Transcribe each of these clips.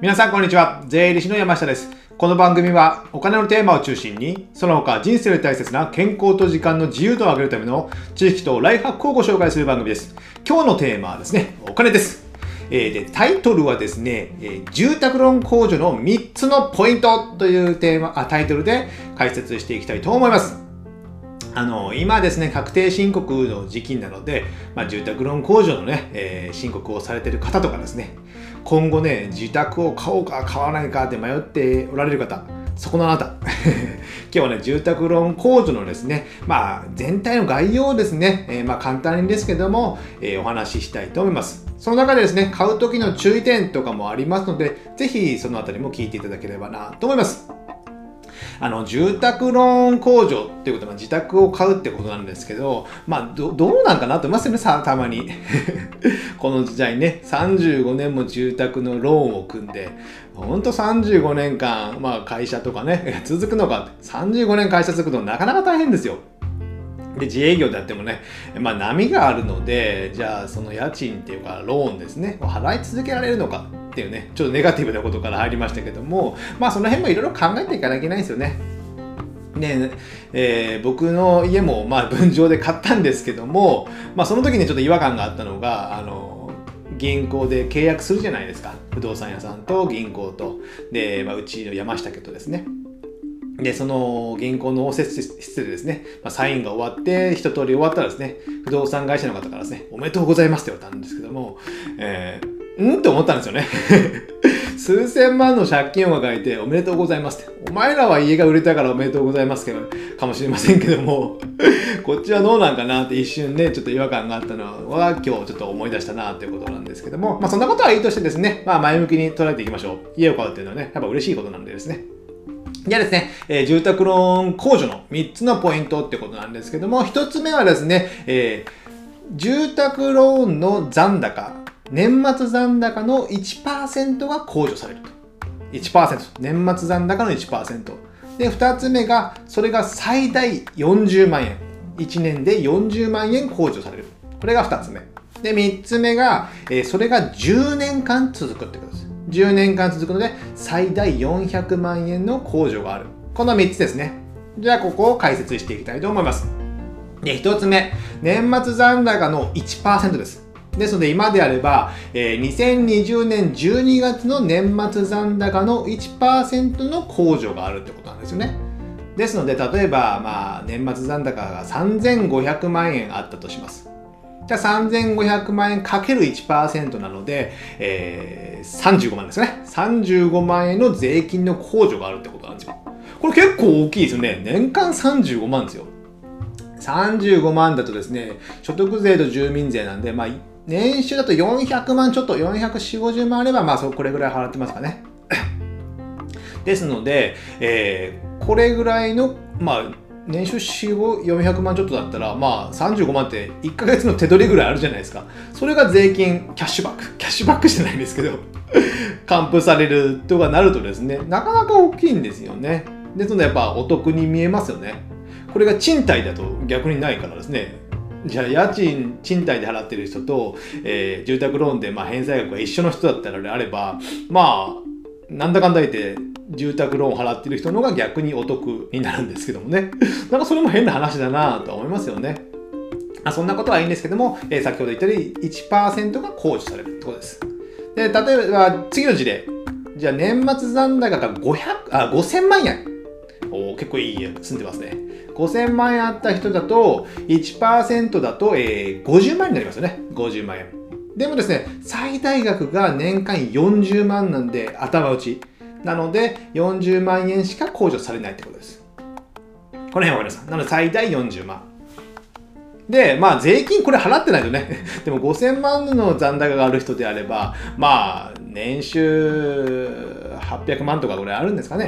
皆さんこんにちは。税理士の山下です。この番組はお金のテーマを中心に、その他人生で大切な健康と時間の自由度を上げるための知識とライフハックをご紹介する番組です。今日のテーマはですね、お金です。でタイトルはですね、住宅ローン控除の3つのポイントというタイトルで解説していきたいと思います。今ですね、確定申告の時期なので、住宅ローン控除のね、申告をされている方とかですね、今後ね、自宅を買おうか買わないかって迷っておられる方、そこのあなた。今日はね、住宅ローン控除のですね、全体の概要をですね、簡単にですけども、お話ししたいと思います。その中でですね、買う時の注意点とかもありますので、ぜひそのあたりも聞いていただければなと思います。住宅ローン控除っていうことは自宅を買うってことなんですけど、どうなんかなと思いますよね、たまに。この時代ね、35年も住宅のローンを組んで、ほんと35年間、会社とかね、続くのか、35年会社続くのなかなか大変ですよ。で、自営業であってもね、波があるので、じゃあその家賃っていうかローンですね、払い続けられるのかっていうね、ちょっとネガティブなことから入りましたけども、その辺もいろいろ考えていかなきゃいけないんですよね。で、僕の家も分譲で買ったんですけども、その時にちょっと違和感があったのが、銀行で契約するじゃないですか。不動産屋さんと銀行と、で、うちの山下家とですね。で、その銀行の応接室でですね、サインが終わって、一通り終わったらですね、不動産会社の方からですね、おめでとうございますって言われたんですけども、って思ったんですよね。数千万の借金を抱えておめでとうございますって。お前らは家が売れたからおめでとうございますかもしれませんけども、こっちはどうなんかなって一瞬ね、ちょっと違和感があったのは今日ちょっと思い出したなっていうことなんですけども、そんなことはいいとしてですね、前向きに捉えていきましょう。家を買うっていうのはね、やっぱ嬉しいことなんでですね。じゃあですね、住宅ローン控除の3つのポイントってことなんですけども、1つ目はですね、住宅ローンの残高、年末残高の 1% が控除されると。1%。年末残高の 1%。で、2つ目が、それが最大40万円。1年で40万円控除される。これが2つ目。で、3つ目が、それが10年間続くってことです。10年間続くので、最大400万円の控除がある。この3つですね。じゃあ、ここを解説していきたいと思います。で、1つ目、年末残高の 1% です。ですので、今であれば、2020年12月の年末残高の 1% の控除があるってことなんですよね。ですので、例えば、年末残高が3500万円あったとします。じゃあ3500万円かける 1% なので、35万ですね。35万円の税金の控除があるってことなんですよ。これ結構大きいですよね。年間35万ですよ。35万だとですね、所得税と住民税なんで、年収だと400万ちょっと、440、50万あれば、これぐらい払ってますかね。ですので、これぐらいの、年収400万ちょっとだったら、35万って1ヶ月の手取りぐらいあるじゃないですか。それが税金、キャッシュバックじゃないんですけど、還付されるとかなるとですね、なかなか大きいんですよね。ですので、やっぱお得に見えますよね。これが賃貸だと逆にないからですね。じゃあ家賃、賃貸で払ってる人と、住宅ローンで返済額が一緒の人だったらあれば、なんだかんだ言って住宅ローンを払ってる人の方が逆にお得になるんですけどもね。なんかそれも変な話だなと思いますよね。そんなことはいいんですけども、先ほど言ったように 1% が控除されるってことです。で、例えば次の事例。じゃあ年末残高が5000万円。結構いい家住んでますね。5000万円あった人だと 1% だと、50万円になりますよね。50万円。でもですね、最大額が年間40万なんで頭打ち。なので40万円しか控除されないってことです。この辺わかりますか？なので最大40万。で、税金これ払ってないとね。でも5000万の残高がある人であれば、年収800万とかぐらいあるんですかね。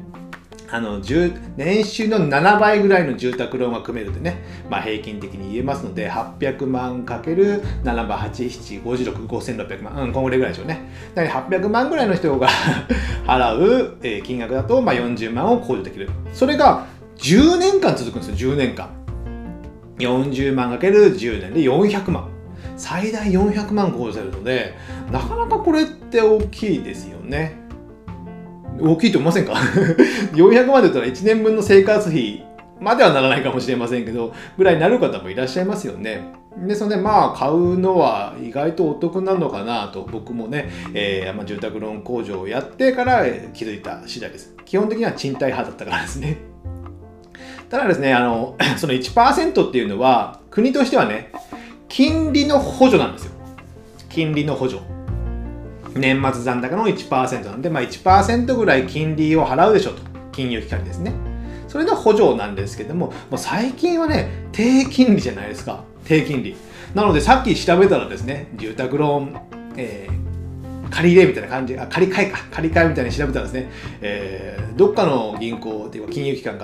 年収の7倍ぐらいの住宅ローンが組めるってね、平均的に言えますので、800万かける7倍、8、7、56、5600万。こんぐらいぐらいでしょうね。だから800万ぐらいの人が払う金額だと、40万を控除できる。それが10年間続くんですよ、10年間。40万かける10年で400万。 最大400万控除されるので、なかなかこれって大きいですよね。大きいと思いませんか400万で言ったら1年分の生活費まではならないかもしれませんけど、ぐらいになる方もいらっしゃいますよね。ですので、買うのは意外とお得なのかなと、僕もね、住宅ローン控除をやってから気づいた次第です。基本的には賃貸派だったからですね。ただですね、その 1% っていうのは、国としてはね、金利の補助なんですよ。金利の補助。年末残高の 1% なんで、1% ぐらい金利を払うでしょと。金融機関にですね。それの補助なんですけども、最近はね、低金利じゃないですか。低金利。なので、さっき調べたらですね、住宅ローン、借り入れみたいな感じ、借り換えか、借り換えみたいに調べたらですね、どっかの銀行っていうか金融機関が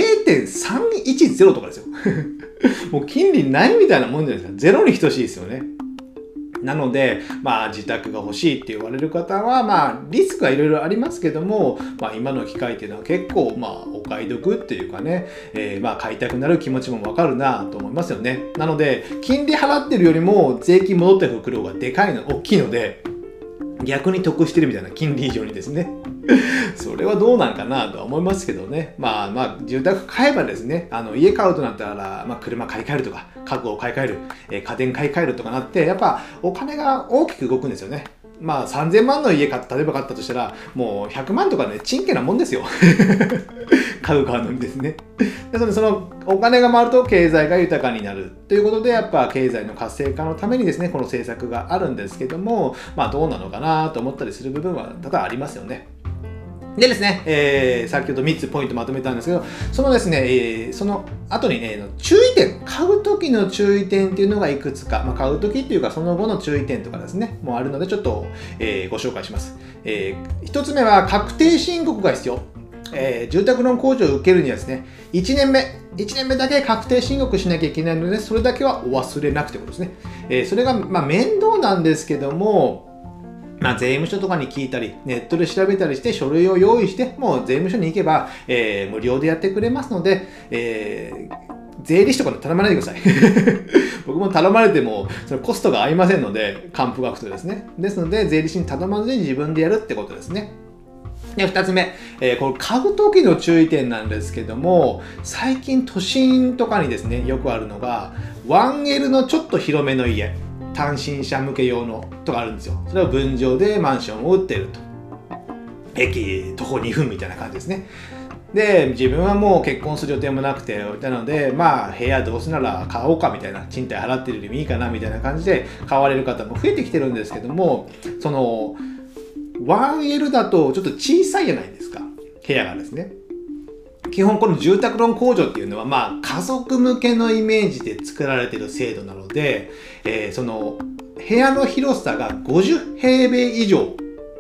0.310 とかですよ。もう金利ないみたいなもんじゃないですか。ゼロに等しいですよね。なので、自宅が欲しいって言われる方は、リスクはいろいろありますけども、今の機会っていうのは結構、お買い得っていうかね、買いたくなる気持ちもわかるなと思いますよね。なので、金利払ってるよりも税金戻ってくる袋がでかいの、大きいので、逆に得してるみたいな、金利以上にですね。それはどうなんかなとは思いますけどね。住宅買えばですね、家買うとなったら、車買い替えるとか、家具を買い替える、家電買い替えるとかなって、やっぱお金が大きく動くんですよね。3000万の家例えば買ったとしたら、もう100万とかね、ちんけなもんですよ。買う側のにですね。でそのお金が回ると経済が豊かになるということで、やっぱ経済の活性化のためにですね、この政策があるんですけども、どうなのかなと思ったりする部分は多々ありますよね。でですね、先ほど3つポイントまとめたんですけど、そのですね、その後に、注意点、買う時の注意点っていうのがいくつか、買う時っていうかその後の注意点とかですね、もうあるのでちょっと、ご紹介します。1つ目は確定申告が必要。住宅ローン控除を受けるにはですね、1年目だけ確定申告しなきゃいけないので、それだけはお忘れなくてことですね。それが面倒なんですけども、税務署とかに聞いたり、ネットで調べたりして書類を用意して、もう税務署に行けば、無料でやってくれますので、税理士とかに頼まないでください。僕も頼まれても、そのコストが合いませんので、還付額とですね。ですので、税理士に頼まずに自分でやるってことですね。で、2つ目、この買う時の注意点なんですけども、最近都心とかにですね、よくあるのが、1L のちょっと広めの家。単身者向け用のとかあるんですよ。それを分譲でマンションを売っていると。駅徒歩2分みたいな感じですね。で、自分はもう結婚する予定もなくて、なので、部屋どうせなら買おうかみたいな、賃貸払ってるよりもいいかなみたいな感じで買われる方も増えてきてるんですけども、その 1L だとちょっと小さいじゃないですか、部屋がですね。基本この住宅ローン控除っていうのは家族向けのイメージで作られている制度なので、その部屋の広さが50平米以上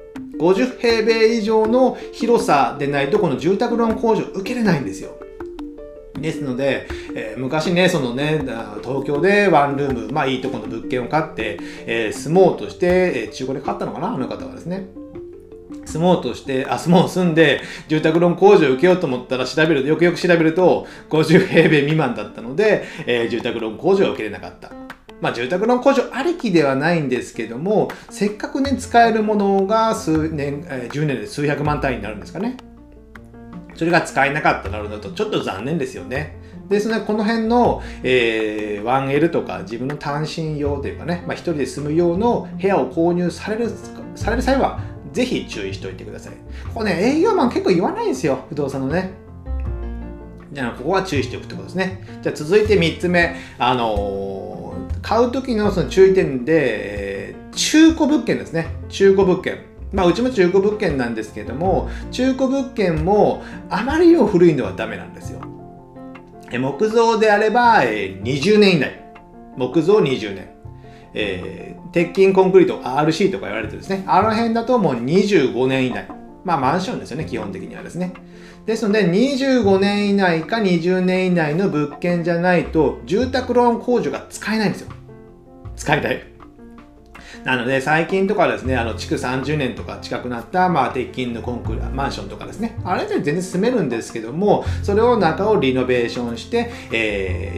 の広さでないとこの住宅ローン控除を受けれないんですよ。ですので、昔ね、東京でワンルーム、いいところの物件を買って、住もうとして、中古で買ったのかな、あの方はですね。住もう住んで、住宅ローン控除を受けようと思ったらよくよく調べると、50平米未満だったので、住宅ローン控除は受けれなかった。住宅ローン控除ありきではないんですけども、せっかくね、使えるものが10年で数百万単位になるんですかね。それが使えなかったなるのと、ちょっと残念ですよね。ですので、この辺の、1L とか自分の単身用というかね、一人で住む用の部屋を購入される際は、ぜひ注意しておいてください。ここね、営業マン結構言わないんですよ、不動産のね。じゃあ、ここは注意しておくってことですね。じゃあ、続いて3つ目。買う時のその注意点で、中古物件ですね。中古物件。うちも中古物件なんですけれども、中古物件もあまりにも古いのはダメなんですよ。木造であれば、20年以内。木造20年。鉄筋コンクリート RC とか言われてですね、あの辺だともう25年以内。マンションですよね、基本的にはですね。ですので、25年以内か20年以内の物件じゃないと、住宅ローン控除が使えないんですよ。使いたい。 なので、最近とかですね、築30年とか近くなった、鉄筋のコンクリマンションとかですね、あれで全然住めるんですけども、それを中をリノベーションして、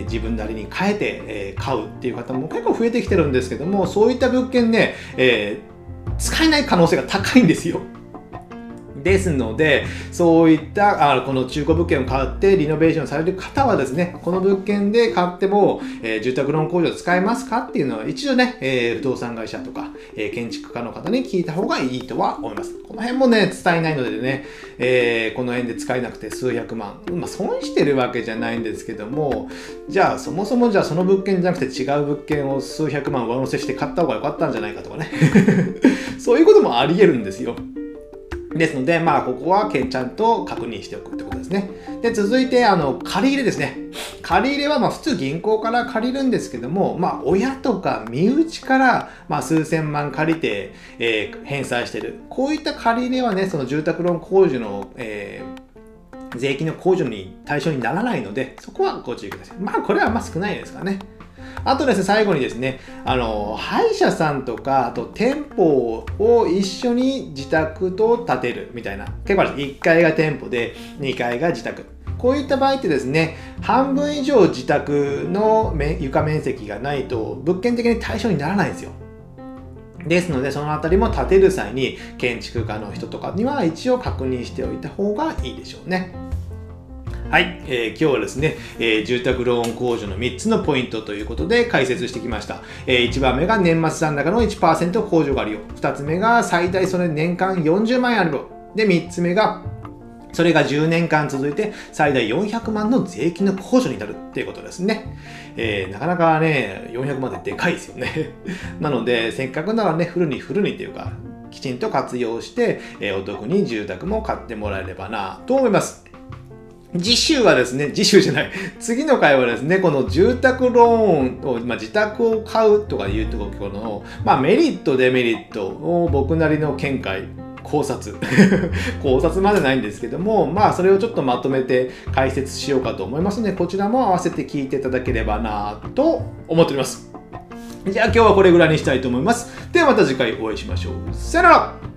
自分なりに変えて、買うっていう方も結構増えてきてるんですけども、そういった物件ね、使えない可能性が高いんですよ。ですので、そういったこの中古物件を買ってリノベーションされる方はですね、この物件で買っても、住宅ローン控除使えますかっていうのは一度ね、不動産会社とか、建築家の方に聞いた方がいいとは思います。この辺もね、伝えないのでね、この辺で使えなくて数百万、損してるわけじゃないんですけども、じゃあそもそもその物件じゃなくて違う物件を数百万上乗せして買った方が良かったんじゃないかとかねそういうこともあり得るんですよ。ですので、ここはちゃんと確認しておくってことですね。で、続いて、借り入れですね。借り入れは、普通銀行から借りるんですけども、親とか身内から、数千万借りて、返済してる。こういった借り入れはね、その住宅ローン控除の、税金の控除に対象にならないので、そこはご注意ください。これは少ないですからね。あとですね、最後にですね、歯医者さんとか、あと店舗を一緒に自宅と建てるみたいな。結構1階が店舗で、2階が自宅。こういった場合ってですね、半分以上自宅の床面積がないと、物件的に対象にならないんですよ。ですので、そのあたりも建てる際に、建築家の人とかには一応確認しておいた方がいいでしょうね。はい、今日はですね、住宅ローン控除の3つのポイントということで解説してきました。1番目が年末残高の 1% 控除があるよ。2つ目が最大それ年間40万円あるよ。で、3つ目がそれが10年間続いて最大400万の税金の控除になるっていうことですね。なかなかね、400万ってでかいですよね。なので、せっかくならね、フルにというか、きちんと活用して、お得に住宅も買ってもらえればなと思います。次の回はですね、この住宅ローンを、自宅を買うとかいうところの、メリット、デメリットを僕なりの見解、考察までないんですけども、それをちょっとまとめて解説しようかと思いますので、こちらも合わせて聞いていただければなと思っております。じゃあ今日はこれぐらいにしたいと思います。ではまた次回お会いしましょう。さよなら。